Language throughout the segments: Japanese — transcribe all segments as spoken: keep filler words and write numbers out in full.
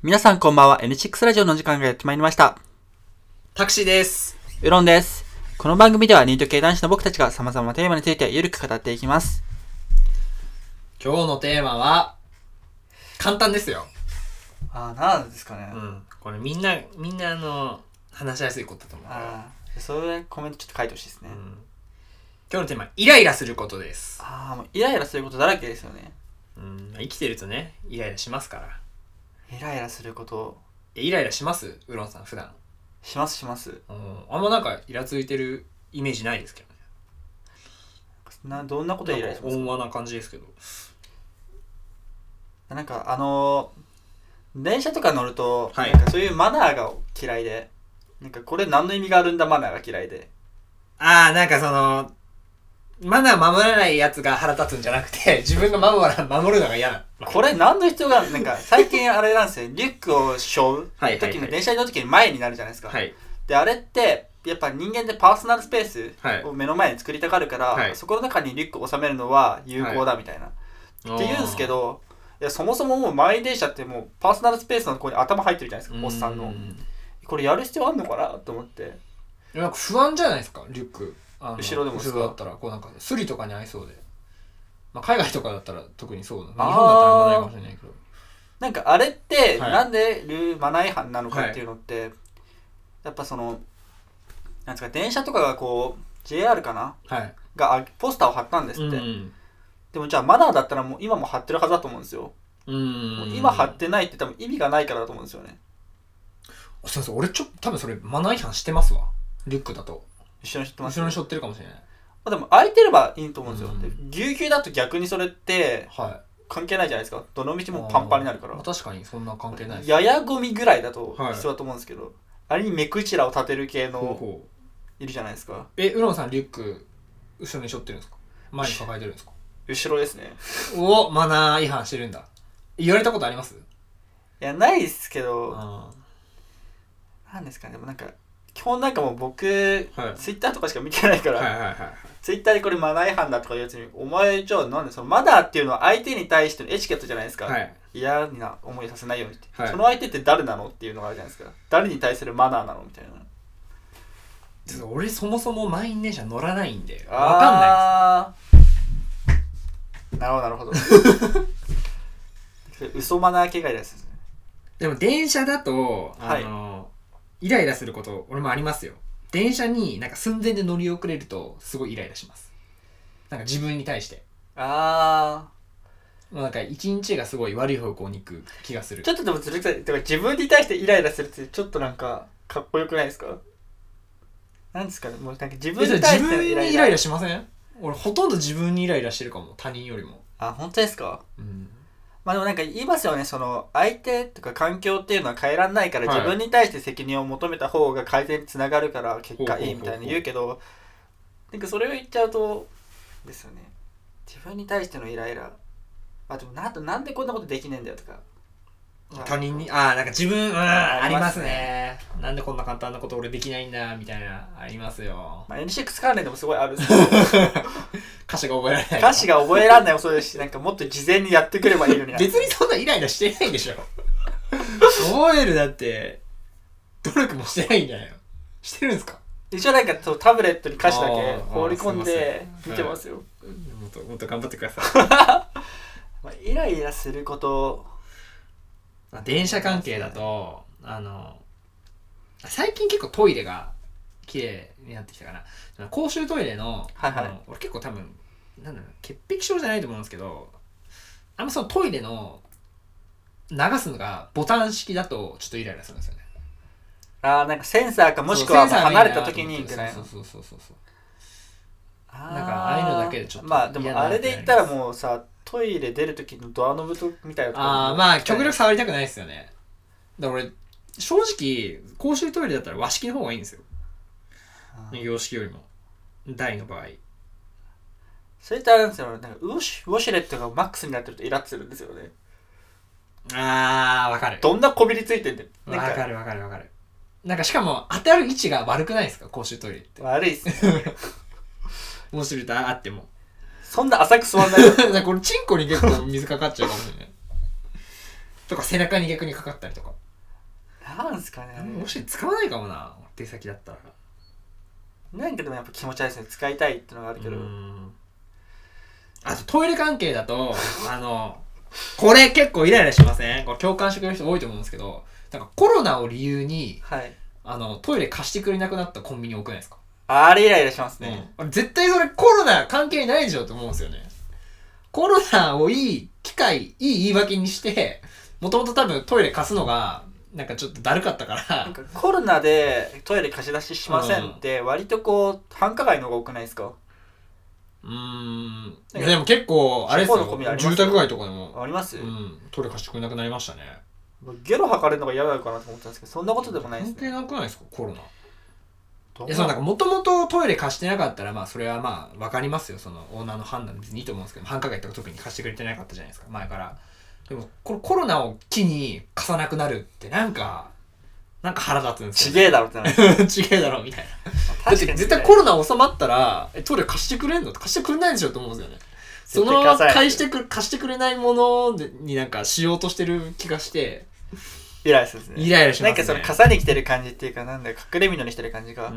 皆さんこんばんは。 エヌシックス ラジオの時間がやってまいりました。 タクシーです。 うろんです。この番組ではニート系男子の僕たちが様々なテーマについてゆるく語っていきます。 今日のテーマは簡単ですよ。 あー、なんですかね。 うん。これみんなみんなあの話しやすいことだと思う。 ああ、それコメントちょっと書いてほしいですね。 うん、今日のテーマ、イライラすることです。 ああ、もうイライラすることだらけですよね。 うん。生きてるとね、イライラしますから。 イライラすることイライラします？ウロンさん普段。 しますします。 うん。あんまなんかイラついてるイメージないですけどね。 などんなことでイライラしますか？ 温和な感じですけど。 なんかあのー、電車とか乗ると、 はい、 なんかそういうマナーが嫌いで、なんかこれ何の意味があるんだマナーが嫌いで。 ああ、なんかそのマナー守らないやつが腹立つんじゃなくて、自分が守る守るのが嫌な。 これ何の必要がある？なんか最近あれなんですよ。リュックを背負う時の電車に乗る時に前になるじゃないですか。 はい。 で、あれってやっぱ人間でパーソナルスペースを目の前に作りたがるから、はい、そこの中にリュックを収めるのは有効だみたいな、はい、って言うんですけど、いやそもそももう満員電車ってもうパーソナルスペースのところに頭入ってるじゃないですか、おっさんの。これやる必要あるのかなと思って。 なんか不安じゃないですか、リュック。 後ろでも後ろだったらこうなんかスリとかに合いそうで、まあ、海外とかだったら特にそうだ。日本だったらあんまないかもしれないけど、 なんかあれってなんでルーマナー違反なのかっていうのって、はい、やっぱそのなんですか、電車とかがこう ジェイアール かな、はい、がポスターを貼ったんですって、うん、でもじゃあマナーだったらもう今も貼ってるはずだと思うんですよ。うん、今貼ってないって多分意味がないからだと思うんですよね。 そうそう、俺ちょっと多分それマナー違反してますわ、リュックだと。 後ろに背負ってます、 後ろに背負ってるかもしれない。 まあ、でも空いてればいいと思うんですよ。うん、でぎゅうぎゅうだと逆にそれって関係ないじゃないですか。どの道もパンパンになるから。 確かにそんな関係ないです。 ややゴミぐらいだと必要だと思うんですけど、はい、あれに目くちらを立てる系のいるじゃないですか。 え、ウロンさんリュック後ろに背負ってるんですか？前に抱えてるんですか？ 後ろですね。 お、マナー違反してるんだ。言われたことあります？ いや、ないですけど、なんですかね。でもなんか基本なんかもう僕、はい、ツイッターとかしか見てないから、はいはいはいはい、ツイッターでこれマナー違反だとかいうやつに、お前じゃあなんでそのマナーっていうのは相手に対してのエチケットじゃないですか。はい、嫌な思いさせないようにって、はい、その相手って誰なのっていうのがあるじゃないですか。誰に対するマナーなのみたいな。 俺そもそも満員電車乗らないんでわかんないです。なるほどなるほど。嘘マナー系がいいですね。 でも電車だとあの、はい、イライラすること俺もありますよ。電車になんか寸前で乗り遅れるとすごいイライラします。なんか自分に対して。ああ。なんか一日がすごい悪い方向に行く気がする。 ちょっとでもずるくさい。だから自分に対してイライラするってちょっとなんかかっこよくないですか？なんですかね。もうなんか自分に対してイライラ。 自分にイライラしません？俺ほとんど自分にイライラしてるかも、他人よりも。 あ、本当ですか？うん。まあでもなんか言いますよね、その相手とか環境っていうのは変えらんないから、はい、自分に対して責任を求めた方が改善につながるから結果いいみたいに言うけど、なんかそれを言っちゃうとですよね、自分に対してのイライラ、あでもなんとなんでこんなことできねえんだよとか、 他人に、ああなんか自分、うん、ありますね。なんでこんな簡単なこと俺できないんだみたいなありますよ。 まあ エヌシックス 関連でもすごいあるんですけど歌詞が覚えられない。 歌詞が覚えられないもそうですし、なんかもっと事前にやってくればいいのに。 別にそんなイライラしてないでしょ。覚えるだって努力もしてないんじゃないの？してるんですか？ 一応なんかタブレットに歌詞だけ放り込んで見てますよ。 もっともっと頑張ってください。 まあイライラすること、 電車関係だとあの最近結構トイレが綺麗になってきたかな。公衆トイレの、はいはい、あの俺結構多分なんだろう、潔癖症じゃないと思うんですけど、あんまそのトイレの流すのがボタン式だとちょっとイライラするんですよね。 ああ、なんかセンサーかもしくは離れた時にってね。 そうそうそうそうそう。なんかああいうのだけでちょっとまあでもあれで言ったらもうさ、トイレ出る時のドアノブとみたいなところ。 ああまあ極力触りたくないですよね。だから俺正直公衆トイレだったら和式の方がいいんですよ。洋式よりも大の場合。 それってあれなんですよ、なんかウォシュ、ウォシュレットがマックスになってるとイラッとするんですよね。 あーわかる。 どんなこびりついてんだよ。 わかるわかるわかる。なんかしかも当たる位置が悪くないですか、公衆トイレって。 悪いっすね。 ウォシュレットあってもそんな浅く座んないよ。 これチンコに結構水かかっちゃうかもしれない。 とか背中に逆にかかったりとか。 なんすかね。 もし使わないかもな、手先だったら。 なんかでもやっぱ気持ち悪いですね。使いたいってのがあるけど。 あとトイレ関係だとあのこれ結構イライラしません？これ共感してくれる人多いと思うんですけど、なんかコロナを理由に、はい、あのトイレ貸してくれなくなったコンビニ多くないですか？ あれイライラしますね、 うん、絶対それコロナ関係ないでしょと思うんですよね。コロナをいい機会、いい言い訳にして、もともと多分トイレ貸すのがなんかちょっとだるかったから、なんかコロナでトイレ貸し出ししませんって割とこう繁華街の方が多くないですか？ うーん。いやでも結構あれですよ、住宅街とかでもあります？ うん。トイレ貸してくれなくなりましたね。 ゲロ吐かれるのが嫌なのかなと思ったんですけど、そんなことでもないですね。 関係なくないですかコロナ。いや、そうなんかもともとトイレ貸してなかったらまあそれはまあ分かりますよ、そのオーナーの判断で別にいいと思うんですけど、繁華街とか特に貸してくれてなかったじゃないですか前から。でもこれコロナを機に貸さなくなるってなんかなんか腹立つんですよ、ね。 ちげえだろってなる。ちげえだろみたいな。だって絶対コロナ収まったらえトイレ貸してくれんの？貸してくれないでしょと思うんですよね。その貸してく貸してくれないものになんかしようとしてる気がして。 イライラするんですね。 イライラしますね。 なんかその傘に来てる感じっていうか、なんだよ、隠れ蓑にしてる感じが、うん、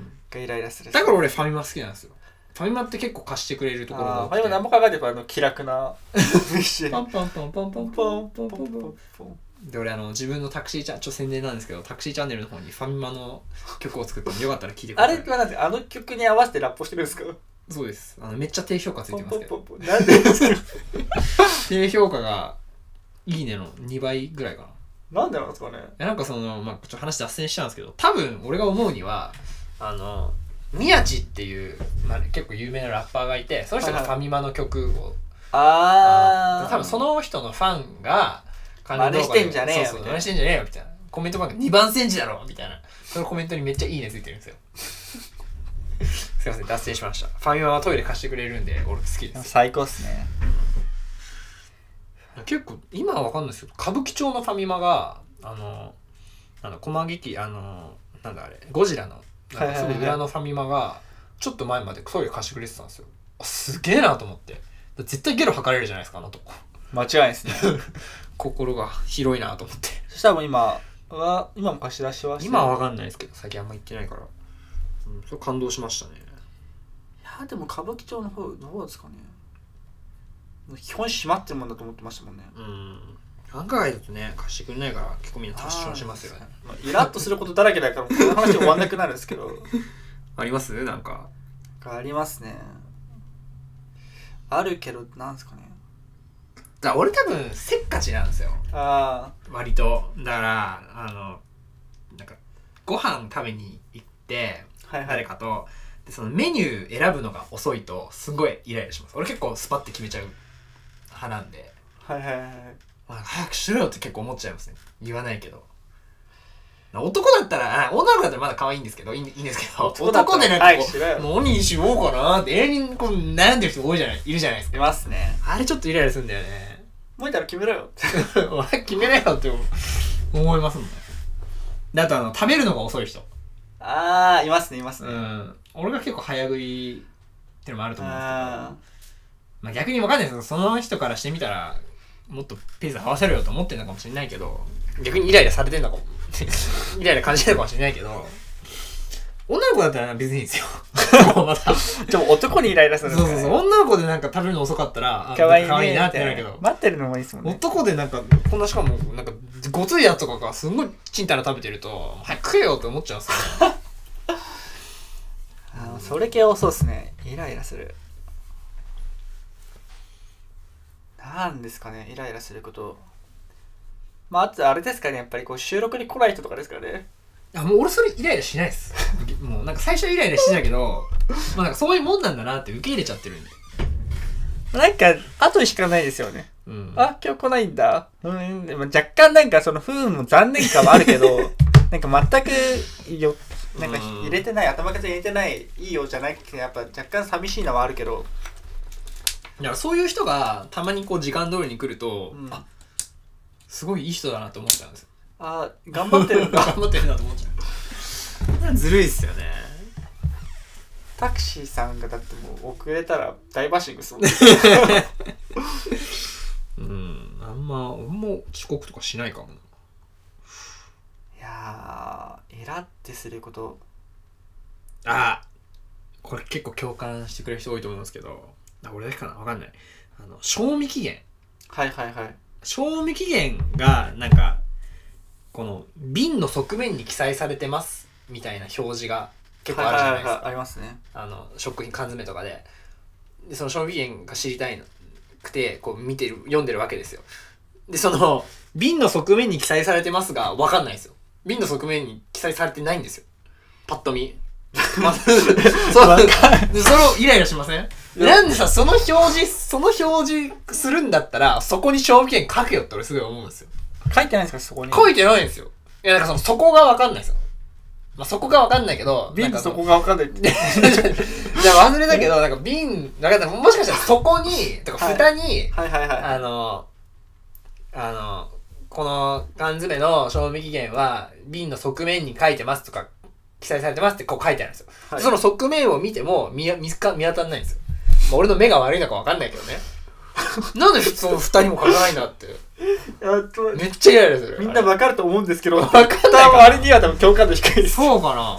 がイライラする。 だから俺ファミマ好きなんですよ。ファミマって結構貸してくれるところが多くて。 ファミマ何も考えてるあの気楽なパンパンパンパンパンパンパンパンパンパンで俺あの自分のタクシーチャンちょ宣伝なんですけど、タクシーチャンネルの方にファミマの曲を作ってもよかったら聴いてください。 あれはなんであの曲に合わせてラップしてるんですか？ そうです。あのめっちゃ低評価ついてますけど。 ポンポンポンなんでですか？ 低評価がいいねのにばいぐらいかな。 なんでなんですかね。 なんかその、まあ、ちょっと話脱線しちゃうんですけど、多分俺が思うにはあの宮地っていう、まあ、結構有名なラッパーがいて、その人がファミマの曲を、 ああ多分その人のファンが真似してんじゃねえよ、 そうそう真似してんじゃねえよみたいなコメントばっかにばん煎じだろみたいな、そのコメントにめっちゃいいねついてるんですよ。すいません脱線しました。ファミマはトイレ貸してくれるんで俺好きです。 最高っすね。 結構今は分かんないですけど、歌舞伎町のファミマがあのあの駒劇あのなんだあれゴジラのなんかすぐ裏のファミマがちょっと前までトイレ貸してくれてたんですよ。すげえなと思って。絶対ゲロ吐かれるじゃないですかあのとこ。 間違いないですね。 心が広いなと思って。 そしたらもう今は今も貸し出しはして今は分かんないですけど最近あんま行ってないから、うん、それ感動しましたね。 いやでも歌舞伎町の方どうですかね。基本閉まってるもんだと思ってましたもんね。 うん。繁華街だとね貸してくれないから結構みんな達成しますよね。 まあ、イラッとすることだらけだからこの話終わんなくなるんですけど。 ありますなんか。 ありますね。あるけどなんですかね。 だから俺多分せっかちなんですよ。 ああ。 割とだからあのなんかご飯食べに行って、はいはい、誰かとでそのメニュー選ぶのが遅いとすごいイライラします。俺結構スパッて決めちゃう派なんで。 はいはいはい。 まあ、早くしろよって結構思っちゃいますね。言わないけど。男だったら、女の子だったらまだ可愛いんですけど、いいんですけど、男, 男でなんかこう、何にしようかなって永遠にこう悩んでる人多いじゃない、いるじゃないですか。 いますね。 あれちょっとイライラするんだよね。 もういたら決めろよ。 俺決めろよって思いますもんね。で、あとあの、食べるのが遅い人。 あー、いますね、いますね。 うん。俺が結構早食いってのもあると思うんですけど、あまあ逆にわかんないですけど、その人からしてみたら、もっとペース合わせろよと思ってるのかもしれないけど、逆にイライラされてんのかもイライラ感じてるかもしれないけど、女の子だったら別にいいんですよ。またでも男にイライラするんですかね。 そうそうそう、女の子でなんか食べるの遅かったら可愛いね可愛いなってなるけど、 待ってるのもいいですもんね。 男でなんかこんなしかもなんかごついやつとかがすんごいちんたら食べてると早く食えよって思っちゃうんですよね。 あそれ系はそうですね。イライラする。なんですかね、イライラすること。まああとあれですかね、やっぱりこう収録に来ない人とかですからね。 あもう俺それイライラしないです。もうなんか最初イライラしてたけど、まあなんかそういうもんなんだなって受け入れちゃってるんで。 なんか後にしかないですよね。うん、あ今日来ないんだ。うん。でも若干なんかその不運も残念感はあるけど、なんか全くよなんか入れてない、頭数入れてないいいよじゃないけどやっぱ若干寂しいのはあるけど。 いやそういう人がたまにこう時間通りに来ると、うん、あすごいいい人だなって思っちゃうんですよ。 あ頑張ってるんだ。 頑張ってるなと思っちゃう。ずるいっすよね。 タクシーさんがだってもう遅れたら大バッシングするもん。 うんあんまもうも遅刻とかしないかも。 いやーイラってすること、 あこれ結構共感してくれる人多いと思いますけど、あ俺だけかな分かんない、あの賞味期限、 はいはいはい、 賞味期限がなんかこの瓶の側面に記載されてますみたいな表示が結構あるじゃないですか、はいはいはい、 ありますね。 あの食品缶詰とかで、でその賞味期限が知りたいくてこう見てる読んでるわけですよ。でその瓶の側面に記載されてますが分かんないですよ。瓶の側面に記載されてないんですよ、パッと見。まずそう、それをイライラしません？なんでさ、その表示、その表示するんだったら、そこに賞味期限書けよって俺すごい思うんですよ。 書いてないんですか、そこに。 書いてないんですよ。いや、なんかその、そこがわかんないですよ。まあ、そこがわかんないけど、 瓶のそこがわかんないって。じゃあ忘れたけど、なんか瓶、なんかもしかしたらそこに、とか蓋に、 はい、はいはいはい。 あの、あの、この缶詰の賞味期限は瓶の側面に書いてますとか記載されてますってこう書いてあるんですよ、はい、その側面を見ても 見, 見, 見当たらないんですよ、まあ、俺の目が悪いのか分かんないけどねなんでその蓋にも書かないんだってめっちゃイライラする。 みんな分かると思うんですけど分かんないから割には多分共感度低いです。 そうかな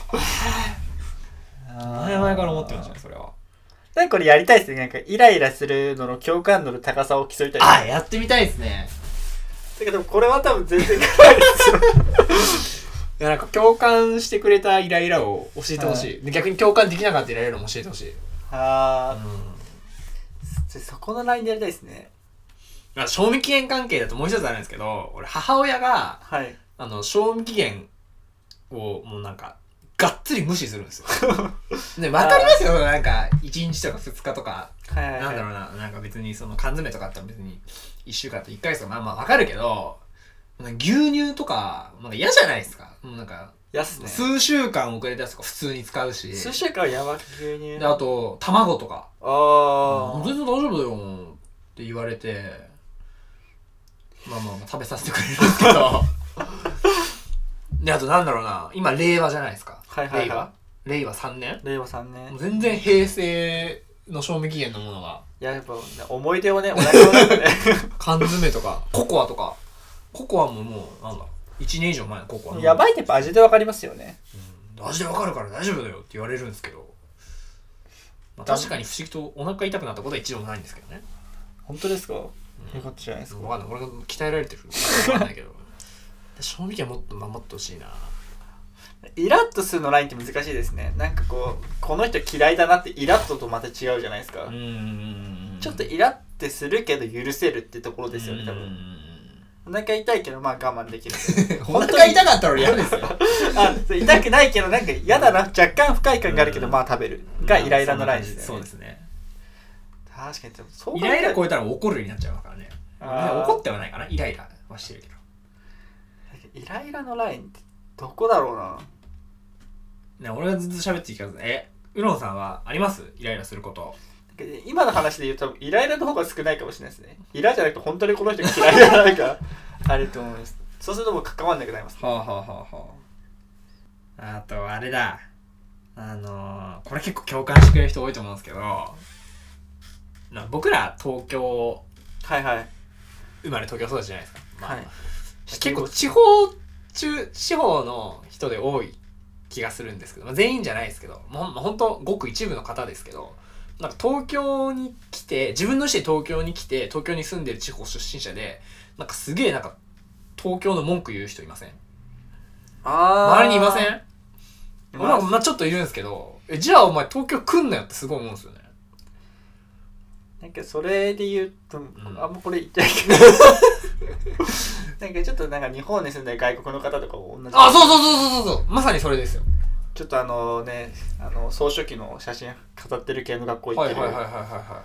前々から思ってましたねそれは。 なんかこれやりたいですね。なんかイライラするのの共感度の高さを競いたい。 あ、やってみたいですね。 だけどこれは多分全然辛いですよ。 いやなんか共感してくれたイライラを教えてほしい、はい、逆に共感できなかったイライラも教えてほしい。 ああ、うん、そこのラインでやりたいですね。 賞味期限関係だともう一つあるんですけど、俺母親が、はい、あの賞味期限をもうなんかがっつり無視するんですよ。ね、わかりますよ。なんかいちにちとかふつかとか、はいはいはい、なんだろうな、なんか別にその缶詰とかあったら別にいっしゅうかんといっかげつとかまあまあわかるけど、牛乳とかなんか嫌じゃないですか。もうなんか安ね、 数週間遅れたやつとか普通に使うし、 数週間やばく牛乳で、あと卵とか、ああ、うん、全然大丈夫だよって言われて、まあまあまあ食べさせてくれるんですけどで、あとなんだろうな、今令和じゃないですか。 はいはいはい、令和令和さんねん令和さんねん全然平成の賞味期限のものが、 いや、やっぱ思い出をね、同じようなね缶詰とかココアとか、ココアももうなんだいちねん以上前のココアやばいってやっぱ味でわかりますよね、 うん、味でわかるから大丈夫だよって言われるんですけど、まあ、確かに不思議とお腹痛くなったことは一度もないんですけどね。 本当ですか？よかったじゃないですか。 わかんない、俺が鍛えられてるかわかんないけど賞味期限もっと守ってほしいな。 イラッとするのラインって難しいですね。なんかこうこの人嫌いだなってイラッととまた違うじゃないですか。うーん、ちょっとイラってするけど許せるってところですよね、多分。お腹痛いけどまあ我慢できる。 お腹痛かったら嫌ですよあ、痛くないけどなんか嫌だな、若干不快感があるけどまあ食べるがイライラのラインですね。 そうですね。 確かにそうイライラ超えたら怒るようになっちゃうからね。怒ってはないかな、イライラはしてるけど。 イライラのラインってどこだろうな。 ね、俺がずっと喋っていきます。え、うのんさんはあります？イライラすること。 今の話で言うとイライラの方が少ないかもしれないですね。イラじゃなくて本当にこの人が嫌いななんかあれと思います。そうするともう関わんなくなります、ね。はあはあはあはあ。あとあれだ。あのー、これ結構共感してくれる人多いと思うんですけど、な僕ら東京、 はいはい、 生まれ東京育ちじゃないですか。まあ、はい、結構地方中地方の人で多い気がするんですけど、まあ、全員じゃないですけど、まあ、ほんとごく一部の方ですけど、なんか東京に来て自分の意思で東京に来て東京に住んでる地方出身者でなんかすげえなんか東京の文句言う人いません？あ周りにいません？まあ、まあちょっといるんですけど、えじゃあお前東京来んなよってすごい思うんですよね。 なんかそれで言うと、うん、あんまこれ言っちゃいけないなんかちょっとなんか日本に住んでる外国の方とかも同じ。 あ、そうそうそうそうそう、まさにそれですよ。 ちょっとあのね、あの総書記の写真飾ってる系の学校行ってる。 はいはいはいはいはい。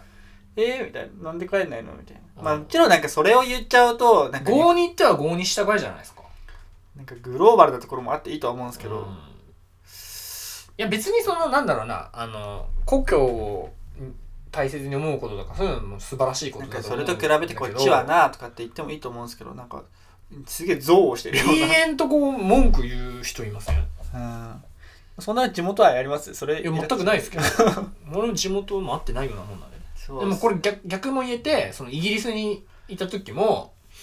えーみたいな、なんで帰んないのみたいな。まあもちろんなんかそれを言っちゃうとなんか郷に行っては郷に従いじゃないですか。 なんかグローバルなところもあっていいとは思うんですけど、うん、いや別にそのなんだろうな、あの故郷を大切に思うこととかそういうのも素晴らしいことだと思うんだけど、 なんかそれと比べてこっちはなとかって言ってもいいと思うんですけど、なんかすげえ憎悪してるような。 永遠とこう文句言う人いません？ うん。そんな地元愛あります？それいや全くないですけど俺の地元も合ってないようなもんなんで、ね、でもこれ 逆, 逆も言えて、そのイギリスにいた時も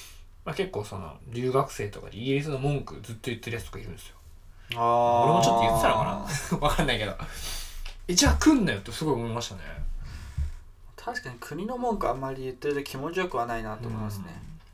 まあ、結構その留学生とかでイギリスの文句ずっと言ってるやつとかいるんですよ。あ俺もちょっと言ってたのかなわかんないけど、えじゃあ来んなよってすごい思いましたね。 確かに国の文句あんまり言ってると気持ちよくはないなと思いますね、うん、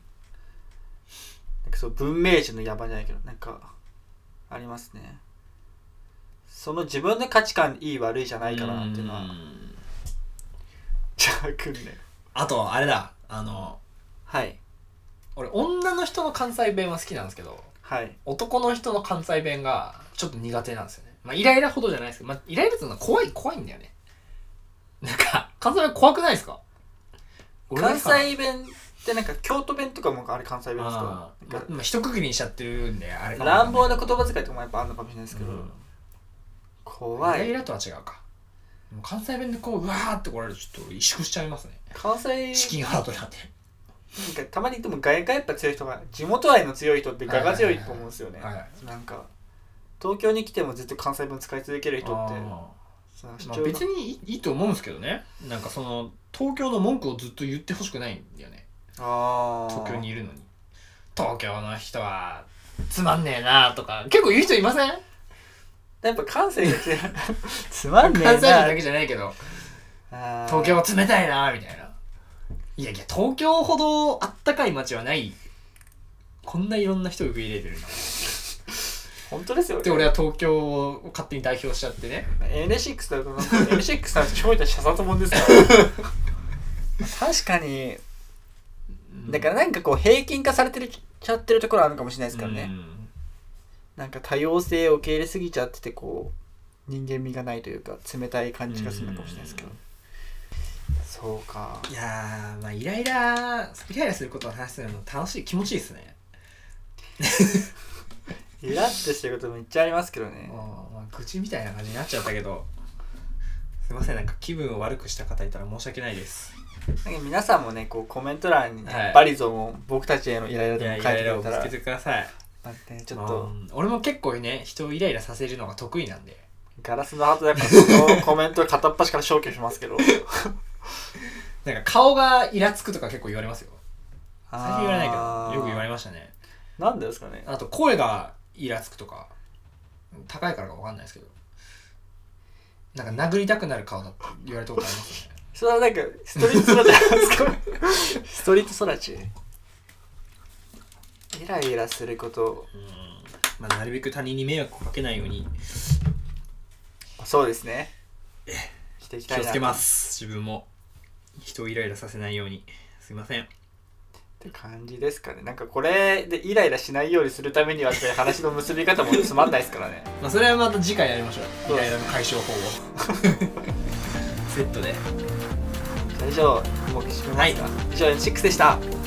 なんかそう文明人の野蛮じゃないけどなんかありますね。その自分の価値観いい悪いじゃないかなっていうのはじゃあ来んねよ。 あとあれだあのはい俺女の人の関西弁は好きなんですけど、 はい、 男の人の関西弁がちょっと苦手なんですよね。まあイライラほどじゃないですけど、まあ、イライラっていうのは怖い怖いんだよね。なんか関西弁怖くないですか？ 関西弁ってなんか京都弁とかもあれ関西弁ですか？ まあ、まあ、一括りにしちゃってるんであれかも、 ね、乱暴な言葉遣いとかもやっぱあるのかもしれないですけど、うん、怖い。 イライラとは違うか。関西弁でこううわーって来られるとちょっと萎縮しちゃいますね。 関西チキンハートなんてなんかたまにでもガヤがやっぱ強い人が地元愛の強い人ってガが強いと思うんですよね。なんか東京に来てもずっと関西弁使い続ける人ってまあ、別にいいと思うんですけどね。なんかその東京の文句をずっと言ってほしくないんだよね。あ東京にいるのに東京の人はつまんねえなとか結構言う人いません？ やっぱ関西がつまんねえな関西人だけじゃないけど東京は冷たいなみたいな。いやいや東京ほどあったかい街はない。こんないろんな人を受け入れてるな本当ですよね。 で俺は東京を勝手に代表しちゃってねエヌシックス だとなんか エヌシックス なんて超えた射殺もんですから確かにだからなんかこう平均化されてるちゃってるところあるかもしれないですからね、うん、なんか多様性を受け入れすぎちゃっててこう人間味がないというか冷たい感じがするのかもしれないですけど、うん、そうか。 いやーまあイライライライラすることを話すの楽しい気持ちいいですねイラッとしてることめっちゃありますけどね。 あ、まあ、愚痴みたいな感じになっちゃったけどすいませんなんか気分を悪くした方いたら申し訳ないです。 なんか皆さんもねこうコメント欄にね、はい、バリゾンを僕たちへのイライラでも書いてくれたらイライラをぶつけてください。待ってねちょっと俺も結構ね人をイライラさせるのが得意なんでガラスのハートだからそのコメントを片っ端から消去しますけどなんか顔がイラつくとか結構言われますよ。最近言われないけどよく言われましたね。 なんでですかね。 あと声がイラつくとか高いからか分かんないですけどなんか殴りたくなる顔だって言われたことありますねそれはなんかストリートソラチですかストリートソラチイライラすることを、 うんまあ、なるべく他人に迷惑をかけないようにそうですねしていきたいな。 気をつけます自分も人をイライラさせないようにすいませんって感じですかね。なんかこれでイライラしないようにするためにはって話の結び方もつまんないですからねまあそれはまた次回やりましょう。イライラの解消法をセットで。 以上、もう締めますか、はい、以上 エヌシックス でした。